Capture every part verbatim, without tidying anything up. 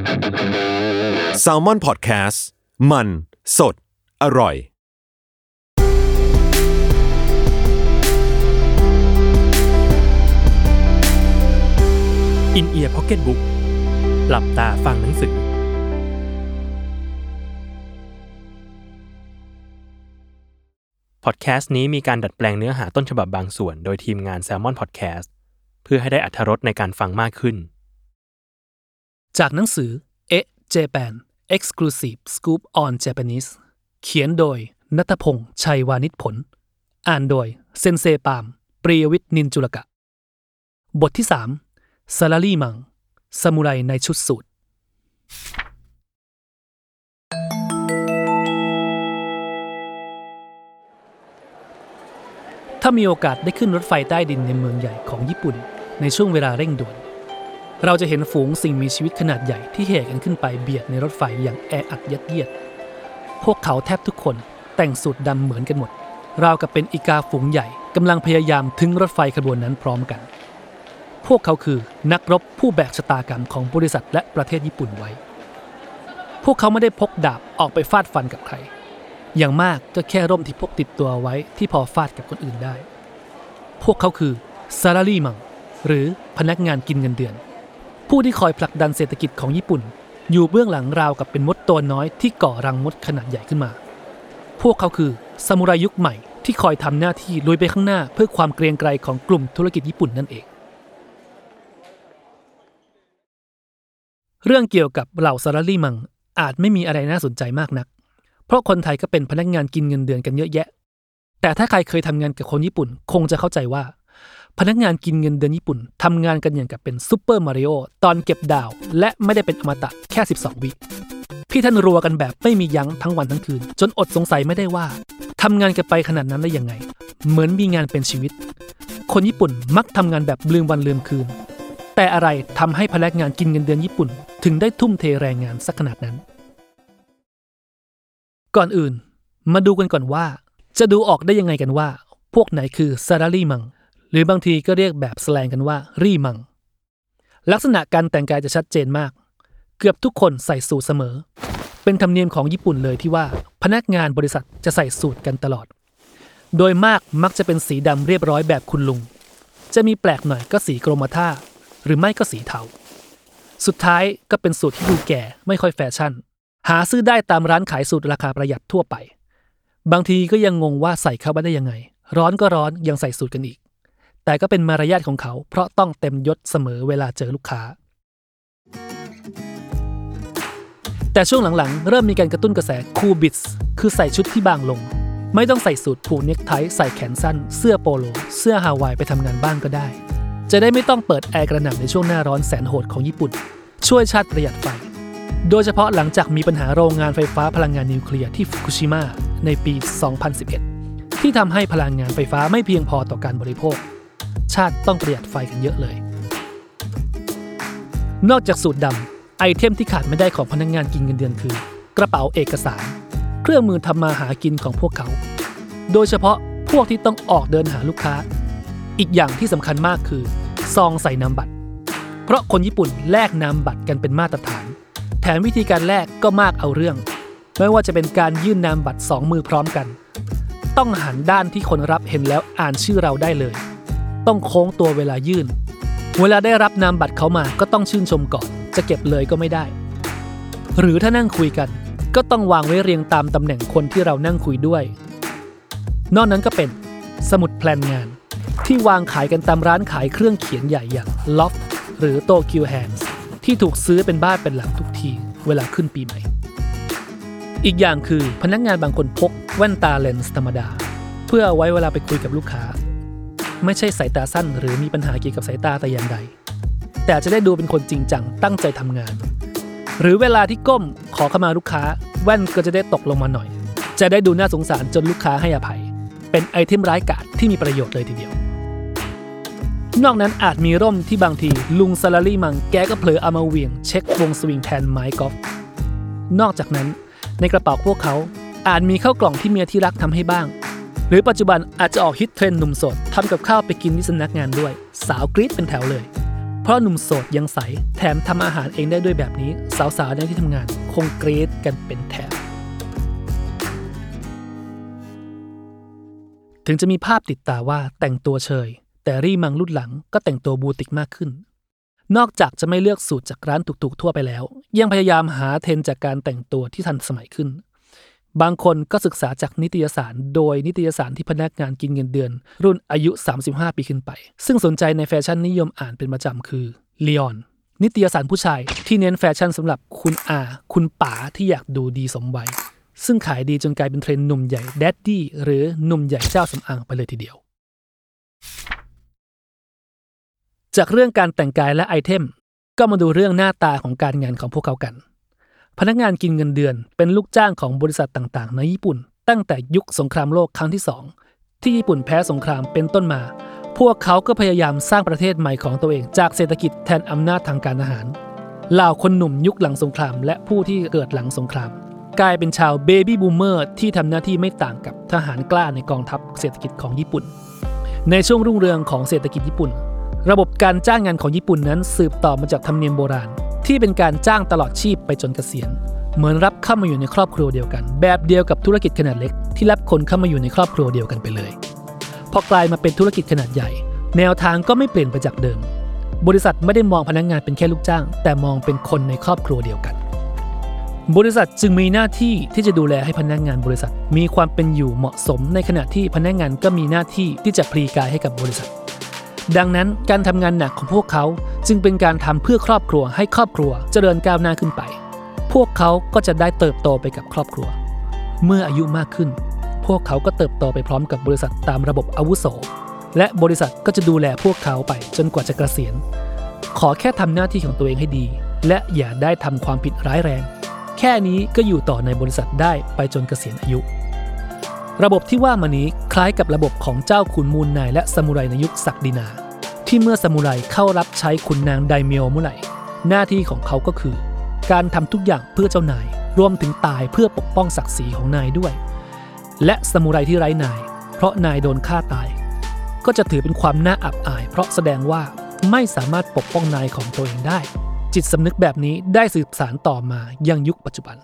Salmon Podcast มันสดอร่อย In-Ear Pocketbook หลับตาฟังหนังสือพอดแคสต์นี้มีการดัดแปลงเนื้อหาต้นฉบับบางส่วนโดยทีมงาน Salmon Podcast เพื่อให้ได้อรรถรสในการฟังมากขึ้นจากหนังสือ เอ๊ะ Japan Exclusive Scoop on Japanese เขียนโดยณัฐพงษ์ชัยวานิชผลอ่านโดยเซนเซปามปรียวิทย์นินจุลกะบทที่สามซาลารีมังซามูไรในชุดสูทถ้ามีโอกาสได้ขึ้นรถไฟใต้ดินในเมืองใหญ่ของญี่ปุ่นในช่วงเวลาเร่งด่วนเราจะเห็นฝูงสิ่งมีชีวิตขนาดใหญ่ที่แห่กันขึ้นไปเบียดในรถไฟอย่างแออัดยัดเยียดพวกเขาแทบทุกคนแต่งสูทดำเหมือนกันหมดราวกับเป็นอีกาฝูงใหญ่กำลังพยายามถึงรถไฟขบวนนั้นพร้อมกันพวกเขาคือนักรบผู้แบกชะตากรรมของบริษัทและประเทศญี่ปุ่นไว้พวกเขาไม่ได้พกดาบออกไปฟาดฟันกับใครอย่างมากก็แค่ร่มที่พกติดตัวไว้ที่พอฟาดกับคนอื่นได้พวกเขาคือซาลารีมังหรือพนักงานกินเงินเดือนผู้ที่คอยผลักดันเศรษฐกิจของญี่ปุ่นอยู่เบื้องหลังราวกับเป็นมดตัวน้อยที่ก่อรังมดขนาดใหญ่ขึ้นมาพวกเขาคือซามูไรยุคใหม่ที่คอยทำหน้าที่ลุยไปข้างหน้าเพื่อความเกรียงไกรของกลุ่มธุรกิจญี่ปุ่นนั่นเองเรื่องเกี่ยวกับเหล่าซาลารีมังอาจไม่มีอะไรน่าสนใจมากนักเพราะคนไทยก็เป็นพนักงานกินเงินเดือนกันเยอะแยะแต่ถ้าใครเคยทำงานกับคนญี่ปุ่นคงจะเข้าใจว่าพนักงานกินเงินเดือนญี่ปุ่นทำงานกันอย่างกับเป็นซุปเปอร์มาริโอตอนเก็บดาวและไม่ได้เป็นอมตะแค่สิบสองวิพี่ท่านรัวกันแบบไม่มียั้งทั้งวันทั้งคืนจนอดสงสัยไม่ได้ว่าทำงานกันไปขนาดนั้นได้ยังไงเหมือนมีงานเป็นชีวิตคนญี่ปุ่นมักทำงานแบบลืมวันลืมคืนแต่อะไรทำให้พนักงานกินเงินเดือนญี่ปุ่นถึงได้ทุ่มเทแรงงานสักขนาดนั้นก่อนอื่นมาดูกันก่อนว่าจะดูออกได้ยังไงกันว่าพวกไหนคือซาลารีมังหรือบางทีก็เรียกแบบสแลงกันว่ารีมังลักษณะการแต่งกายจะชัดเจนมากเกือบทุกคนใส่สูทเสมอเป็นธรรมเนียมของญี่ปุ่นเลยที่ว่าพนักงานบริษัทจะใส่สูทกันตลอดโดยมากมักจะเป็นสีดำเรียบร้อยแบบคุณลุงจะมีแปลกหน่อยก็สีกรมท่าหรือไม่ก็สีเทาสุดท้ายก็เป็นสูทที่ดูแก่ไม่ค่อยแฟชั่นหาซื้อได้ตามร้านขายสูทราคาประหยัดทั่วไปบางทีก็ยังงงว่าใส่เข้าไปได้ยังไงร้อนก็ร้อนยังใส่สูทกันอีกแต่ก็เป็นมารยาทของเขาเพราะต้องเต็มยศเสมอเวลาเจอลูกค้าแต่ช่วงหลังๆเริ่มมีการกระตุ้นกระแสคูลบิทส์คือใส่ชุดที่บางลงไม่ต้องใส่สูทผูกเนคไทใส่แขนสั้นเสื้อโปโลเสื้อฮาวายไปทำงานบ้างก็ได้จะได้ไม่ต้องเปิดแอร์กระหน่ำในช่วงหน้าร้อนแสนโหดของญี่ปุ่นช่วยชาติประหยัดไฟโดยเฉพาะหลังจากมีปัญหาโรงงานไฟฟ้าพลังงานนิวเคลียร์ที่ฟุกุชิมะในปีสองพันสิบเอ็ดที่ทำให้พลังงานไฟฟ้าไม่เพียงพอต่อการบริโภคชาติต้องประหยัดไฟกันเยอะเลยนอกจากสูทดำไอเทมที่ขาดไม่ได้ของพนักงานกินเงินเดือนคือกระเป๋าเอกสารเครื่องมือทำมาหากินของพวกเขาโดยเฉพาะพวกที่ต้องออกเดินหาลูกค้าอีกอย่างที่สำคัญมากคือซองใส่นามบัตรเพราะคนญี่ปุ่นแลกนามบัตรกันเป็นมาตรฐานแถมวิธีการแลกก็มากเอาเรื่องไม่ว่าจะเป็นการยื่นนามบัตรสองมือพร้อมกันต้องหันด้านที่คนรับเห็นแล้วอ่านชื่อเราได้เลยต้องโค้งตัวเวลายื่นเวลาได้รับนามบัตรเขามาก็ต้องชื่นชมก่อนจะเก็บเลยก็ไม่ได้หรือถ้านั่งคุยกันก็ต้องวางไว้เรียงตามตำแหน่งคนที่เรานั่งคุยด้วยนอกนั้นก็เป็นสมุดแพลนงานที่วางขายกันตามร้านขายเครื่องเขียนใหญ่อย่าง Loft หรือ Tokyo Hands ที่ถูกซื้อเป็นบ้านเป็นหลังทุกทีเวลาขึ้นปีใหม่อีกอย่างคือพนักงานบางคนพกแว่นตาเลนส์ธรรมดาเพื่อเอาไว้เวลาไปคุยกับลูกค้าไม่ใช่สายตาสั้นหรือมีปัญหาเกี่ยวกับสายตาแต่อย่างใดแต่จะได้ดูเป็นคนจริงจังตั้งใจทำงานหรือเวลาที่ก้มขอเข้ามาลูกค้าแว่นก็จะได้ตกลงมาหน่อยจะได้ดูน่าสงสารจนลูกค้าให้อภัยเป็นไอเทมร้ายกาจที่มีประโยชน์เลยทีเดียวนอกนั้นอาจมีร่มที่บางทีลุงซาลารีมังแกก็เผลอเอามาเหวี่ยงเช็ควงสวิงแทนไม้กอล์ฟนอกจากนั้นในกระเป๋าพวกเขาอาจมีข้าวกล่องที่เมียที่รักทำให้บ้างหรือปัจจุบันอาจจะออกฮิตเทรนด์หนุ่มโสดทำกับข้าวไปกินที่สำนักงานด้วยสาวกรี๊ดเป็นแถวเลยเพราะหนุ่มโสดยังใสแถมทำอาหารเองได้ด้วยแบบนี้สาวๆในที่ทำงานคงเกรดกันเป็นแถบถึงจะมีภาพติดตาว่าแต่งตัวเชยแต่รี่มังรุ่นหลังก็แต่งตัวบูติกมากขึ้นนอกจากจะไม่เลือกสูตรจากร้านถูกๆทั่วไปแล้วยังพยายามหาเทรนด์จากการแต่งตัวที่ทันสมัยขึ้นบางคนก็ศึกษาจากนิตยสารโดยนิตยสารที่พนักงานกินเงินเดือนรุ่นอายุสามสิบห้าปีขึ้นไปซึ่งสนใจในแฟชั่นนิยมอ่านเป็นประจำคือลีออนนิตยสารผู้ชายที่เน้นแฟชั่นสำหรับคุณอาคุณป๋าที่อยากดูดีสมวัยซึ่งขายดีจนกลายเป็นเทรนด์หนุ่มใหญ่แดดดี้หรือหนุ่มใหญ่เจ้าสำอางไปเลยทีเดียวจากเรื่องการแต่งกายและไอเทมก็มาดูเรื่องหน้าตาของการงานของพวกเขากันพนักงานกินเงินเดือนเป็นลูกจ้างของบริษัทต่างๆในญี่ปุ่นตั้งแต่ยุคสงครามโลกครั้งที่สองที่ญี่ปุ่นแพ้สงครามเป็นต้นมาพวกเขาก็พยายามสร้างประเทศใหม่ของตัวเองจากเศรษฐกิจแทนอำนาจทางการทหารเหล่าคนหนุ่มยุคหลังสงครามและผู้ที่เกิดหลังสงครามกลายเป็นชาวเบบี้บูมเมอร์ที่ทำหน้าที่ไม่ต่างกับทหารกล้าในกองทัพเศรษฐกิจของญี่ปุ่นในช่วงรุ่งเรืองของเศรษฐกิจญี่ปุ่นระบบการจ้างงานของญี่ปุ่นนั้นสืบต่อมาจากธรรมเนียมโบราณที่เป็นการจ้างตลอดชีพไปจนเกษียณเหมือนรับเข้ามาอยู่ในครอบครัวเดียวกันแบบเดียวกับธุรกิจขนาดเล็กที่รับคนเข้ามาอยู่ในครอบครัวเดียวกันไปเลยพอกลายมาเป็นธุรกิจขนาดใหญ่แนวทางก็ไม่เปลี่ยนไปจากเดิมบริษัทไม่ได้มองพนักงานเป็นแค่ลูกจ้างแต่มองเป็นคนในครอบครัวเดียวกันบริษัทจึงมีหน้าที่ที่จะดูแลให้พนักงานบริษัทมีความเป็นอยู่เหมาะสมในขณะที่พนักงานก็มีหน้าที่ที่จะพลีกายให้กับบริษัทดังนั้นการทำงานหนักของพวกเขาจึงเป็นการทำเพื่อครอบครัวให้ครอบครัวเจริญก้าวหน้าขึ้นไปพวกเขาก็จะได้เติบโตไปกับครอบครัวเมื่ออายุมากขึ้นพวกเขาก็เติบโตไปพร้อมกับบริษัทตามระบบอาวุโสและบริษัทก็จะดูแลพวกเขาไปจนกว่าจะเกษียณขอแค่ทำหน้าที่ของตัวเองให้ดีและอย่าได้ทำความผิดร้ายแรงแค่นี้ก็อยู่ต่อในบริษัทได้ไปจนเกษียณอายุระบบที่ว่ามานี้คล้ายกับระบบของเจ้าขุนมูลนายและซามูไรในยุคศักดินาที่เมื่อซามูไรเข้ารับใช้ขุนนางไดเมียวเมื่อไหร่หน้าที่ของเขาก็คือการทำทุกอย่างเพื่อเจ้านายรวมถึงตายเพื่อปกป้องศักดิ์ศรีของนายด้วยและซามูไรที่ไร้นายเพราะนายโดนฆ่าตายก็จะถือเป็นความน่าอับอายเพราะแสดงว่าไม่สามารถปกป้องนายของตัวเองได้จิตสำนึกแบบนี้ได้สืบสานต่อมายังยุคปัจจุบัน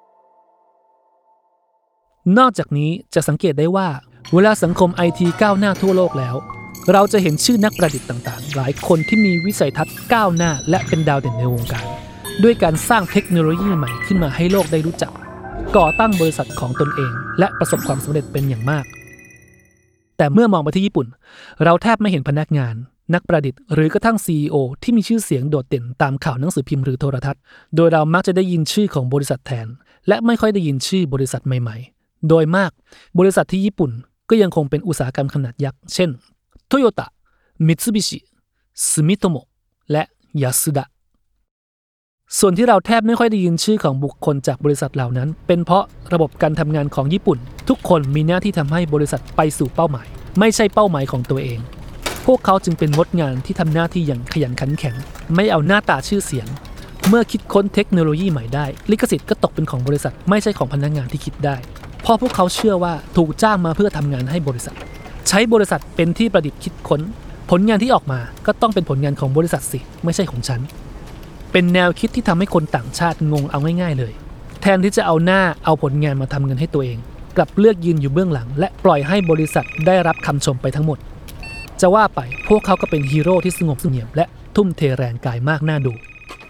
นอกจากนี้จะสังเกตได้ว่าเวลาสังคมไอทีก้าวหน้าทั่วโลกแล้วเราจะเห็นชื่อนักประดิษฐ์ต่างๆหลายคนที่มีวิสัยทัศน์ก้าวหน้าและเป็นดาวเด่นในวงการด้วยการสร้างเทคโนโลยีใหม่ขึ้นมาให้โลกได้รู้จักก่อตั้งบริษัทของตนเองและประสบความสำเร็จเป็นอย่างมากแต่เมื่อมองไปที่ญี่ปุ่นเราแทบไม่เห็นพนักงานนักประดิษฐ์หรือกระทั่ง ซี อี โอ ที่มีชื่อเสียงโดดเด่นตามข่าวหนังสือพิมพ์หรือโทรทัศน์โดยเรามักจะได้ยินชื่อของบริษัทแทนและไม่ค่อยได้ยินชื่อบริษัทใหม่ๆโดยมากบริษัทที่ญี่ปุ่นก็ยังคงเป็นอุตสาหกรรมขนาดยักษ์เช่นโตโยต้ามิตซูบิชิซูมิโตโมะและยาสึดะส่วนที่เราแทบไม่ค่อยได้ยินชื่อของบุคคลจากบริษัทเหล่านั้นเป็นเพราะระบบการทำงานของญี่ปุ่นทุกคนมีหน้าที่ทำให้บริษัทไปสู่เป้าหมายไม่ใช่เป้าหมายของตัวเองพวกเขาจึงเป็นมดงานที่ทำหน้าที่อย่างขยันขันแข็งไม่เอาหน้าตาชื่อเสียงเมื่อคิดค้นเทคโนโลยีใหม่ได้ลิขสิทธิ์ก็ตกเป็นของบริษัทไม่ใช่ของพนักงานที่คิดได้เพราะพวกเขาเชื่อว่าถูกจ้างมาเพื่อทำงานให้บริษัทใช้บริษัทเป็นที่ประดิษฐ์คิดค้นผลงานที่ออกมาก็ต้องเป็นผลงานของบริษัทสิไม่ใช่ของฉันเป็นแนวคิดที่ทำให้คนต่างชาติงงเอาง่ายๆเลยแทนที่จะเอาหน้าเอาผลงานมาทำเงินให้ตัวเองกลับเลือกยืนอยู่เบื้องหลังและปล่อยให้บริษัทได้รับคำชมไปทั้งหมดจะว่าไปพวกเขาก็เป็นฮีโร่ที่สงบเสงี่ยมและทุ่มเทแรงกายมากน่าดู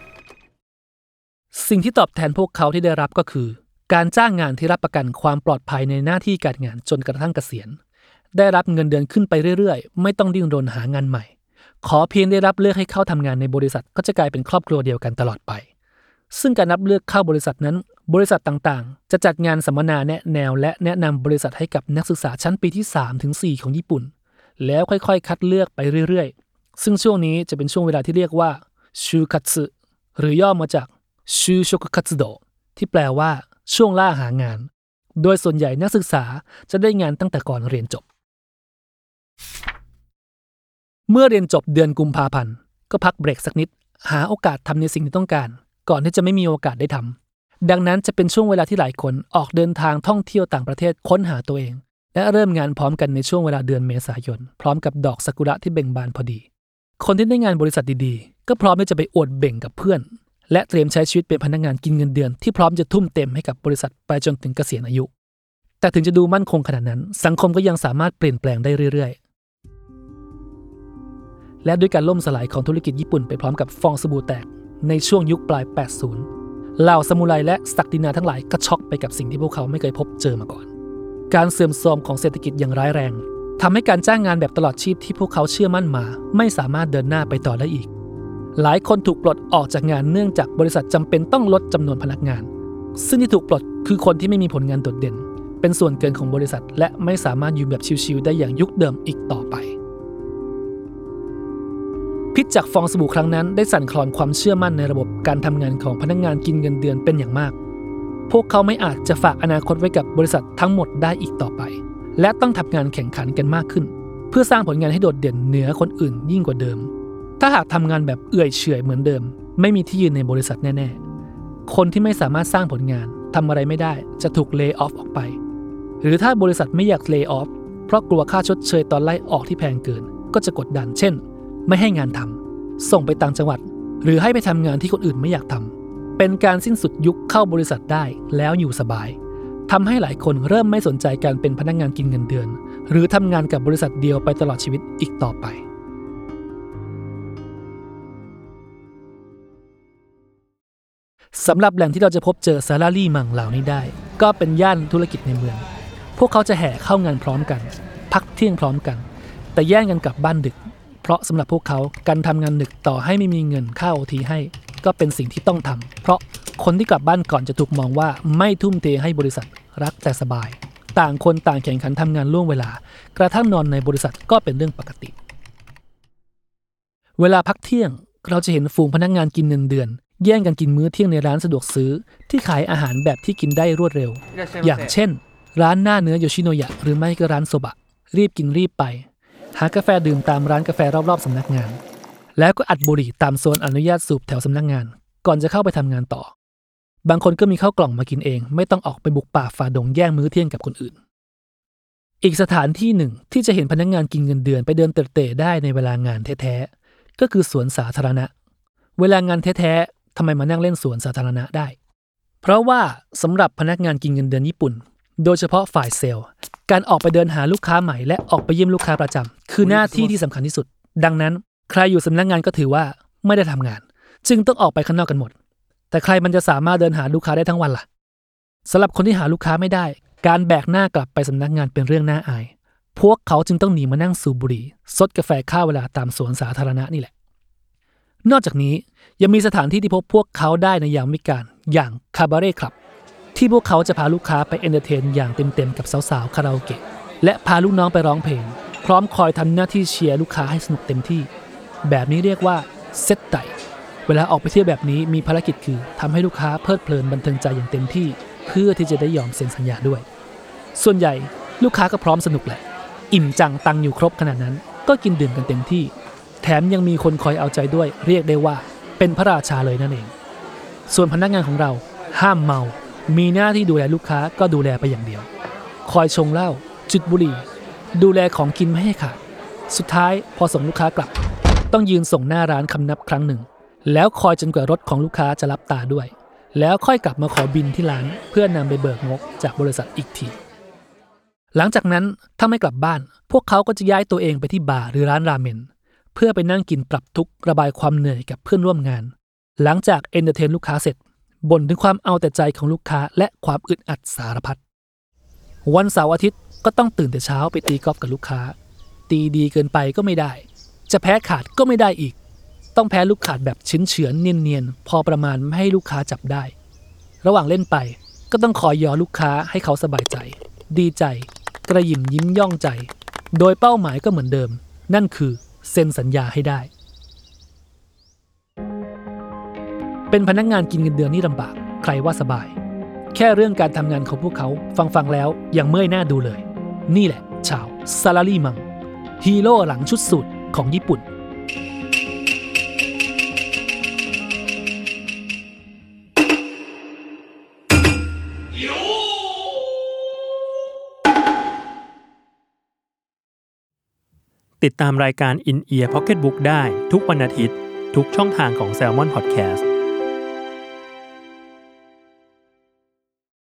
สิ่งที่ตอบแทนพวกเขาที่ได้รับก็คือการจ้างงานที่รับประกันความปลอดภัยในหน้าที่การงานจนกระทั่งเกษียณได้รับเงินเดือนขึ้นไปเรื่อยๆไม่ต้องดิ้นรนหางานใหม่ขอเพียงได้รับเลือกให้เข้าทำงานในบริษัทก็จะกลายเป็นครอบครัวเดียวกันตลอดไปซึ่งการรับเลือกเข้าบริษัทนั้นบริษัทต่างๆจะจัดงานสัมมนาแนะแนวและแนะนำบริษัทให้กับนักศึกษาชั้นปีที่ สามถึงสี่ ของญี่ปุ่นแล้วค่อยๆคัดเลือกไปเรื่อยๆซึ่งช่วงนี้จะเป็นช่วงเวลาที่เรียกว่าชูคัตสึหรือย่อมาจากชูโชกุคัตสึโดที่แปลว่าช่วงล่าหางานโดยส่วนใหญ่นักศึกษาจะได้งานตั้งแต่ก่อนเรียนจบเมื่อเรียนจบเดือนกุมภาพันธ์ก็พักเบรกสักนิดหาโอกาสทำในสิ่งที่ต้องการก่อนที่จะไม่มีโอกาสได้ทำดังนั้นจะเป็นช่วงเวลาที่หลายคนออกเดินทางท่องเที่ยวต่างประเทศค้นหาตัวเองและเริ่มงานพร้อมกันในช่วงเวลาเดือนเมษายนพร้อมกับดอกซากุระที่เบ่งบานพอดีคนที่ได้งานบริษัทดีๆก็พร้อมที่จะไปอวดเบ่งกับเพื่อนและเตรียมใช้ชีวิตเป็นพนักงานกินเงินเดือนที่พร้อมจะทุ่มเต็มให้กับบริษัทไปจนถึงเกษียณอายุแต่ถึงจะดูมั่นคงขนาดนั้นสังคมก็ยังสามารถเปลี่ยนแปลงได้เรื่อยๆและด้วยการล่มสลายของธุรกิจญี่ปุ่นไปพร้อมกับฟองสบู่แตกในช่วงยุคปลายแปดสิบเหล่าซามูไรและศักดินาทั้งหลายก็ช็อกไปกับสิ่งที่พวกเขาไม่เคยพบเจอมาก่อนการเสื่อมโทรมของเศรษฐกิจอย่างร้ายแรงทำให้การจ้างงานแบบตลอดชีพที่พวกเขาเชื่อมั่นมาไม่สามารถเดินหน้าไปต่อได้อีกหลายคนถูกปลดออกจากงานเนื่องจากบริษัทจำเป็นต้องลดจำนวนพนักงานซึ่งที่ถูกปลดคือคนที่ไม่มีผลงานโดดเด่นเป็นส่วนเกินของบริษัทและไม่สามารถอยู่แบบชิลๆได้อย่างยุคเดิมอีกต่อไปพิษจากฟองสบู่ครั้งนั้นได้สั่นคลอนความเชื่อมั่นในระบบการทำงานของพนักงานกินเงินเดือนเป็นอย่างมากพวกเขาไม่อาจจะฝากอนาคตไว้กับบริษัททั้งหมดได้อีกต่อไปและต้องทำงานแข่งขันกันมากขึ้นเพื่อสร้างผลงานให้โดดเด่นเหนือคนอื่นยิ่งกว่าเดิมถ้าหากทำงานแบบเอื่อยเฉอยเหมือนเดิมไม่มีที่ยืนในบริษัทแน่ๆคนที่ไม่สามารถสร้างผลงานทำอะไรไม่ได้จะถูกเลย์ออฟออกไปหรือถ้าบริษัทไม่อยากเลย์ออฟเพราะกลัวค่าชดเชยตอนไล่ออกที่แพงเกินก็จะกดดันเช่นไม่ให้งานทำส่งไปต่างจังหวัดหรือให้ไปทำงานที่คนอื่นไม่อยากทำเป็นการสิ้นสุดยุคเข้าบริษัทได้แล้วอยู่สบายทำให้หลายคนเริ่มไม่สนใจการเป็นพนักงานกินเงินเดือนหรือทำงานกับบริษัทเดียวไปตลอดชีวิตอีกต่อไปสำหรับแหล่งที่เราจะพบเจอซาลารี่มังเหล่านี้ได้ก็เป็นย่านธุรกิจในเมืองพวกเขาจะแห่เข้างานพร้อมกันพักเที่ยงพร้อมกันแต่แย่งกันกลับบ้านดึกเพราะสำหรับพวกเขาการทำงานดึกต่อให้ไม่มีเงินค่า โอ ที ให้ก็เป็นสิ่งที่ต้องทำเพราะคนที่กลับบ้านก่อนจะถูกมองว่าไม่ทุ่มเทให้บริษัทรักแต่สบายต่างคนต่างแข่งขันทำงานล่วงเวลากระทั่งนอนในบริษัทก็เป็นเรื่องปกติเวลาพักเที่ยงเราจะเห็นฝูงพนักงานกินเงินเดือนแย่งกันกินมื้อเที่ยงในร้านสะดวกซื้อที่ขายอาหารแบบที่กินได้รวดเร็วอย่างเช่นร้านหน้าเนื้อโยชิโนยะหรือไม่ก็ร้านโซบะรีบกินรีบไปหากาแฟดื่มตามร้านกาแฟรอบๆสำนักงานแล้วก็อัดบุหรี่ตามโซนอนุญาตสูบแถวสำนักงานก่อนจะเข้าไปทำงานต่อบางคนก็มีข้าวกล่องมากินเองไม่ต้องออกไปบุกป่าฝ่าดงแย่งมื้อเที่ยงกับคนอื่นอีกสถานที่หนึ่งที่จะเห็นพนักงานกินเงินเดือนไปเดินเตะๆได้ในเวลางานแท้ๆก็คือสวนสาธารณะเวลางานแท้ๆทำไมมานั่งเล่นสวนสาธารณะได้เพราะว่าสำหรับพนักงานกินเงินเดือนญี่ปุ่นโดยเฉพาะฝ่ายเซลล์การออกไปเดินหาลูกค้าใหม่และออกไปเยี่ยมลูกค้าประจำคือหน้าที่ที่สำคัญที่สุดดังนั้นใครอยู่สำนักงานก็ถือว่าไม่ได้ทำงานจึงต้องออกไปข้างนอกกันหมดแต่ใครมันจะสามารถเดินหาลูกค้าได้ทั้งวันล่ะสำหรับคนที่หาลูกค้าไม่ได้การแบกหน้ากลับไปสำนักงานเป็นเรื่องน่าอายพวกเขาจึงต้องหนีมานั่งสูบบุหรี่ซดกาแฟข้าวเวลาตามสวนสาธารณะนี่แหละนอกจากนี้ยังมีสถานที่ที่พบพวกเขาได้ในยามวิกาลอย่างคาบาเร่คลับที่พวกเขาจะพาลูกค้าไปเอนเตอร์เทนอย่างเต็มๆกับสาวๆคาราโอเกะและพาลูกน้องไปร้องเพลงพร้อมคอยทำหน้าที่เชียร์ลูกค้าให้สนุกเต็มที่แบบนี้เรียกว่าเซตไตเวลาออกไปเที่ยวแบบนี้มีภารกิจคือทำให้ลูกค้าเพลิดเพลินบันเทิงใจอย่างเต็มที่เพื่อที่จะได้ยอมเซ็นสัญญาด้วยส่วนใหญ่ลูกค้าก็พร้อมสนุกแหละอิ่มจังตังอยู่ครบขนาดนั้นก็กินดื่มกันเต็มที่แถมยังมีคนคอยเอาใจด้วยเรียกได้ว่าเป็นพระราชาเลยนั่นเองส่วนพนักงานของเราห้ามเมามีหน้าที่ดูแลลูกค้าก็ดูแลไปอย่างเดียวคอยชงเหล้าจุดบุหรี่ดูแลของกินไม่ให้ขาดสุดท้ายพอส่งลูกค้ากลับต้องยืนส่งหน้าร้านคำนับครั้งหนึ่งแล้วคอยจนกว่ารถของลูกค้าจะรับตาด้วยแล้วค่อยกลับมาขอบินที่ร้านเพื่อนำไปเบิกงบจากบริษัทอีกทีหลังจากนั้นถ้าไม่กลับบ้านพวกเขาก็จะย้ายตัวเองไปที่บาร์หรือร้านราเมนเพื่อไปนั่งกินปรับทุกข์ระบายความเหนื่อยกับเพื่อนร่วมงานหลังจากเอนเตอร์เทนลูกค้าเสร็จบ่นถึงความเอาแต่ใจของลูกค้าและความอึดอัดสารพัดวันเสาร์อาทิตย์ก็ต้องตื่นแต่เช้าไปตีกอล์ฟกับลูกค้าตีดีเกินไปก็ไม่ได้จะแพ้ขาดก็ไม่ได้อีกต้องแพ้ลูกขาดแบบเฉือนๆเนียนๆพอประมาณไม่ให้ลูกค้าจับได้ระหว่างเล่นไปก็ต้องคอยยอลูกค้าให้เขาสบายใจดีใจกระหยิ่มยิ้มย่องใจโดยเป้าหมายก็เหมือนเดิมนั่นคือเซ็นสัญญาให้ได้เป็นพนักงานกินเงินเดือนนี่ลำบากใครว่าสบายแค่เรื่องการทำงานของพวกเขาฟังๆแล้วยังเมื่อยหน้าดูเลยนี่แหละชาวซาลารี่มังฮีโร่หลังชุดสูทของญี่ปุ่นติดตามรายการ In Ear Pocket Book ได้ทุกวันอาทิตย์ทุกช่องทางของ Salmon Podcast